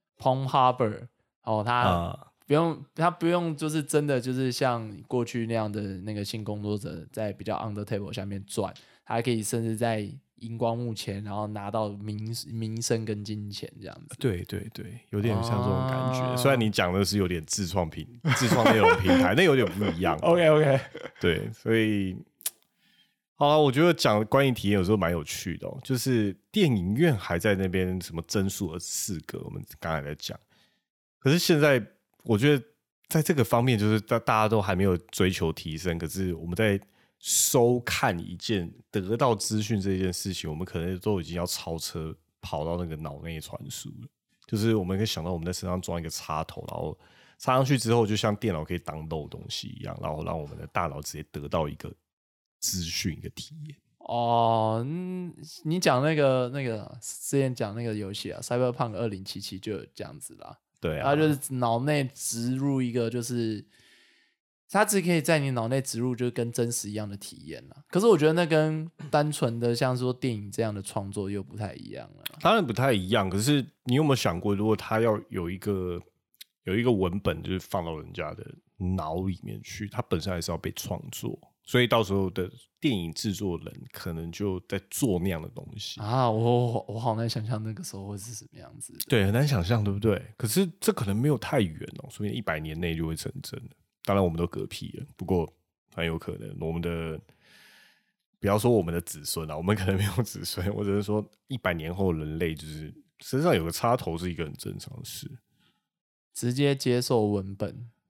Pornhub， 哦，他不用、啊、他不用就是真的就是像过去那样的那个性工作者在比较 under table 下面赚，他还可以甚至在荧光幕前，然后拿到名名声跟金钱这样子。 对对对，有点像这种感觉。啊、虽然你讲的是有点自创平、自创内容平台，那有点不一样。 OK OK， 对，所以好了，我觉得讲观影体验有时候蛮有趣的、哦，就是电影院还在那边什么帧数二十四格，我们刚才在讲。可是现在我觉得在这个方面，就是大大家都还没有追求提升，可是我们在收看一件得到资讯这件事情，我们可能都已经要超车跑到那个脑内传输了。就是我们可以想到我们在身上装一个插头，然后插上去之后，就像电脑可以download东西一样，然后让我们的大脑直接得到一个资讯、一个体验。 哦，嗯、你讲那个那个之前讲那个游戏啊 ，Cyberpunk 二零七七就有这样子啦。 对啊， 它就是脑内植入一个就是它只可以在你脑内植入就跟真实一样的体验啦。可是我觉得那跟单纯的像说电影这样的创作又不太一样了。 当然不太一样，可是你有没有想过，如果他要有一个有一个文本就是放到人家的脑里面去，它本身还是要被创作，所以到时候的电影制作人可能就在做那样的东西啊。我我好难想象那个时候会是什么样子的。 对，很难想象，对不对？可是这可能没有太远哦，说不定一百年内就会成真了。当然我们都嗝屁了，不过很有可能我们的不要说我们的子孙啊，我们可能没有子孙，我只是说一百年后人类就是身上有个插头是一个很正常的事。 直接接受文本，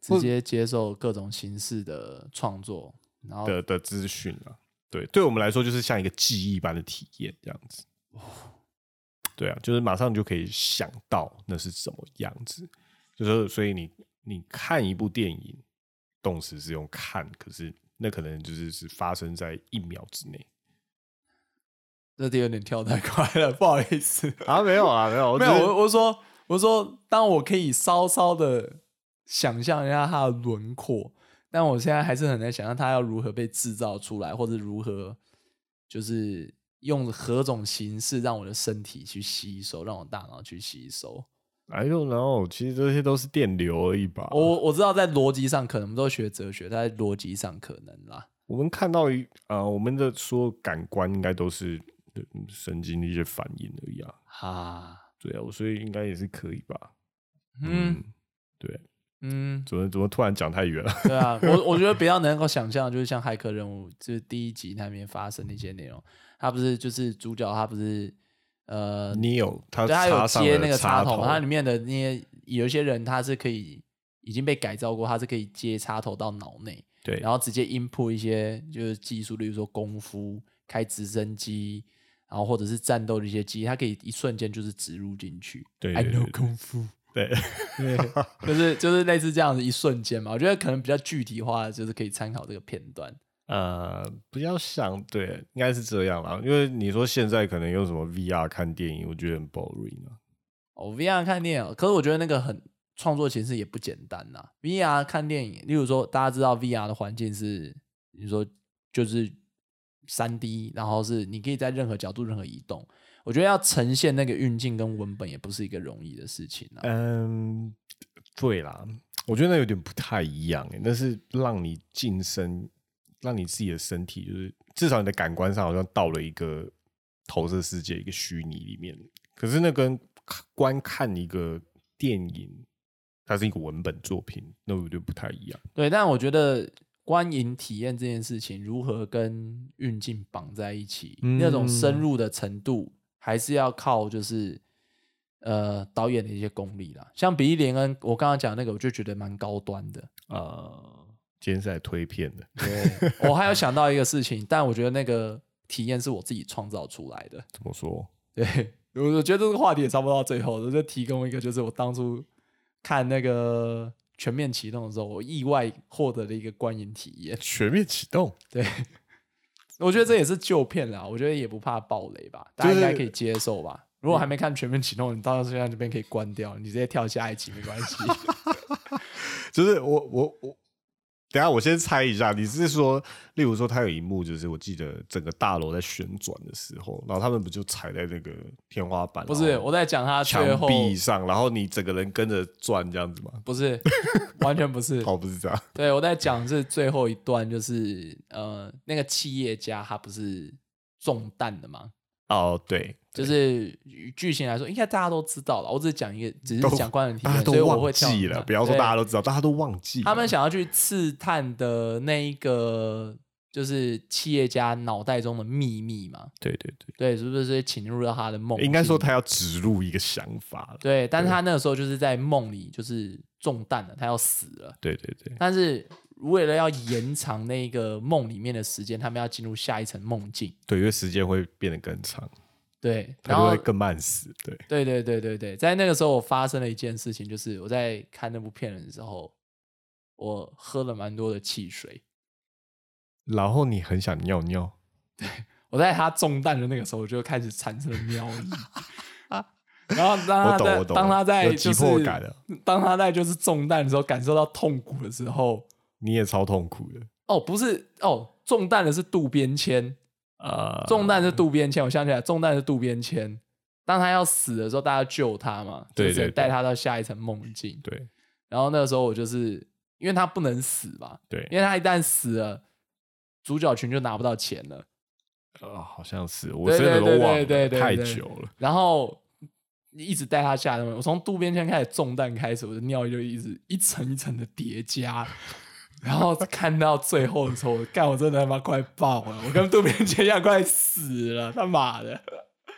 直接接受各种形式的创作，然后的的资讯啊。对，对我们来说就是像一个记忆般的体验这样子。对啊，就是马上就可以想到那是什么样子。就是所以你你看一部电影，动词是用看，可是那可能就是是发生在一秒之内。 这题有点跳太快了，不好意思啊，没有啊，没有， 没有，我我说我说，当我可以稍稍的想象一下它的轮廓，但我现在还是很难想象它要如何被制造出来，或者如何就是用何种形式让我的身体去吸收，让我大脑去吸收。 I don't know， 其实这些都是电流而已吧。 我我知道在逻辑上可能我们都学哲学，但在逻辑上可能啦。 我们看到一呃，我们的所有感官应该都是神经的一些反应而已啊。 哈， 对啊，所以应该也是可以吧。 嗯， 嗯对， 嗯， 怎么怎么突然讲太远了？ 对啊，我我觉得比较能够想象，就是像骇客任务，就是第一集那边发生的一些内容，他不是就是主角，他不是呃 Neo 他对他有接那个插头， 它里面的那些有一些人他是可以已经被改造过，他是可以接插头到脑内， 对， 然后直接 input 一些就是技术，例如说功夫、开直升机，然后或者是战斗的一些机，它可以一瞬间就是植入进去。 对 ，I know 功夫。 对， 对，就是就是类似这样的一瞬间嘛，我觉得可能比较具体化的，就是可以参考这个片段。 呃，不要想，对，应该是这样啦。因为你说现在可能用什么 V R 看电影，我觉得很 boring 啊。 哦 ，V R 看电影，可是我觉得那个很创作形式也不简单呐。V R 看电影，例如说大家知道 V R 的环境是，你说就是三 D， 然后是你可以在任何角度、任何移动。我觉得要呈现那个运镜跟文本也不是一个容易的事情啊。 嗯，对啦，我觉得那有点不太一样诶，那是让你晋升，让你自己的身体，就是至少你的感官上好像到了一个投射世界、一个虚拟里面。可是那跟观看一个电影，它是一个文本作品，那我觉得不太一样。 对，但我觉得观影体验这件事情如何跟运镜绑在一起， 嗯、 那种深入的程度。还是要靠就是呃导演的一些功力啦，像比利连恩，我刚刚讲那个，我就觉得蛮高端的啊、呃。今天是来推片的， 对，我还有想到一个事情，但我觉得那个体验是我自己创造出来的。 怎么说？ 对，我觉得这个话题也差不多到最后，我就提供一个，就是我当初看那个全面启动的时候，我意外获得的一个观影体验。 全面启动， 对。我觉得这也是旧片啦，我觉得也不怕爆雷吧，大家应该可以接受吧。如果还没看全面启动，你到现在这边可以关掉，你直接跳下一集没关系。 就是我我我，等一下我先猜一下，你是说，例如说，他有一幕，就是我记得整个大楼在旋转的时候，然后他们不就踩在那个天花板？ 不是，我在讲他最后墙壁上，然后你整个人跟着转这样子吗？ 不是，完全不是。 哦，不是这样。 对，我在讲是最后一段，就是呃，那个企业家他不是中弹的吗？ 哦，对， 就是剧情来说，应该大家都知道了。我只是讲一个，只是讲观众体验， 所以我会记了。不要说大家都知道，大家都忘记了。 他们想要去刺探的那一个，就是企业家脑袋中的秘密嘛？ 对对对， 对，是不是侵入到他的梦？ 应该说他要植入一个想法了。 对，但是他那个时候就是在梦里，就是中弹了，他要死了。 对对对， 但是为了要延长那个梦里面的时间，他们要进入下一层梦境。 对，因为时间会变得更长。 对，然后会更慢死。对， 对对对对对，在那个时候我发生了一件事情，就是我在看那部片的时候，我喝了蛮多的汽水， 然后你很想尿尿。 对，我在他中弹的那个时候，我就开始产生了尿意。然后当他在当他在就是当他在就是中弹的时候，感受到痛苦的时候， 你也超痛苦的。 哦，不是哦，中弹的是渡边谦。呃，中弹是渡边谦，我想起来，中弹是渡边谦。当他要死的时候，大家救他嘛， 对对对， 就是带他到下一层梦境。 对， 然后那个时候我就是因为他不能死嘛， 对， 因为他一旦死了，主角群就拿不到钱了。 呃，好像是，我真的都忘了， 对对对， 太久了。 然后一直带他下梦，我从渡边谦开始中弹开始，我的尿就一直一层一层的叠加。然后看到最后的时候，干我真的他妈快爆了！我跟渡边谦一样快死了，他妈的！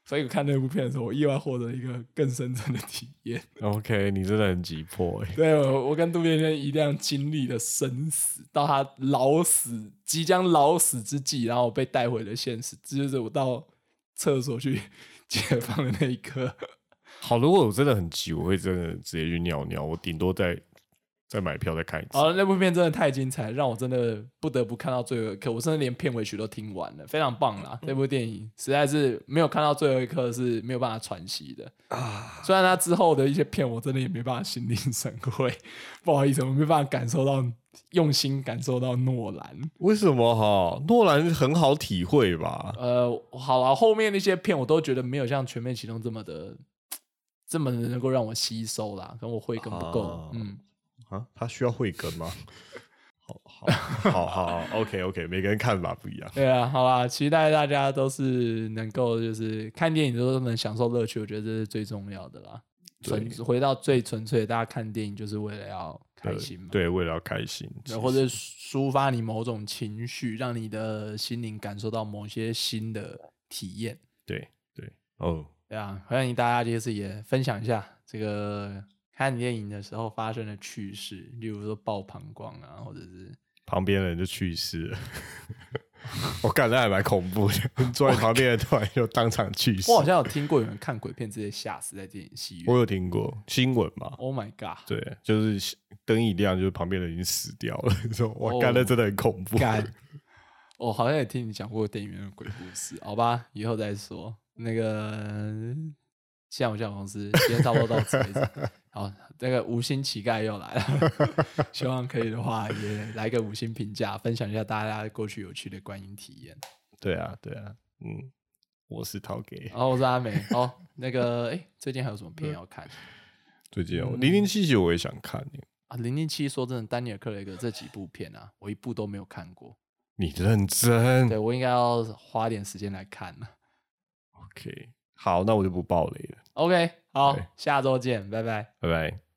所以我看那部片的时候，我意外获得一个更深层的体验。 OK， 你真的很急迫哎。 对，我我跟渡边谦一辆经历了生死，到他老死即将老死之际，然后我被带回了现实，这就是我到厕所去解放的那一刻。 好，如果我真的很急，我会真的直接去尿尿，我顶多再再买票再看一次。 好，那部片真的太精彩，让我真的不得不看到最后一刻。我甚至连片尾曲都听完了，非常棒啦！这部电影实在是没有看到最后一刻是没有办法喘息的啊。虽然他之后的一些片我真的也没办法心领神会，不好意思，我没办法感受到用心感受到诺兰。 为什么哈？诺兰很好体会吧？ 呃，好啦，后面那些片我都觉得没有像《全面启动》这么的这么能够让我吸收啦，可能我慧根不够，啊、嗯。 啊，他需要慧根吗？好好好好 ，OK OK， 每个人看法不一样。 对啊，好啦，期待大家都是能够就是看电影都能享受乐趣，我觉得这是最重要的啦。纯回到最纯粹的，大家看电影就是为了要开心嘛， 对，对为了要开心， 或者抒发你某种情绪，让你的心灵感受到某些新的体验。 对对哦， 对啊，欢迎大家就是也分享一下这个。看电影的时候发生的趣事，例如说爆膀胱啊，或者是旁边人就去世了，我感觉还蛮恐怖的。坐在旁边的突然就当场去世。 我好像有听过有人看鬼片直接吓死在电影戏院。 我有听过新闻嘛 ？Oh my god！ 对，就是灯一亮，就是旁边的人已经死掉了。说哇，干的真的很恐怖。 干，我好像也听你讲过电影院的鬼故事，好吧，以后再说。那个。像我这公司今天差不多到此为止。好，这个五星乞丐又来了，希望可以的话也来个五星评价，分享一下大家过去有趣的观影体验。 对啊，对啊，嗯，我是陶给， 哦，我是阿美。哦，那个，哎，最近还有什么片要看？ 最近哦，零零七其实我也想看耶。 啊，零零七说真的，丹尼尔·克雷格这几部片啊，我一部都没有看过。 你认真？ 对，我应该要花点时间来看了。 OK。好，那我就不爆雷了。 OK， 好，下周见，拜拜， 拜拜。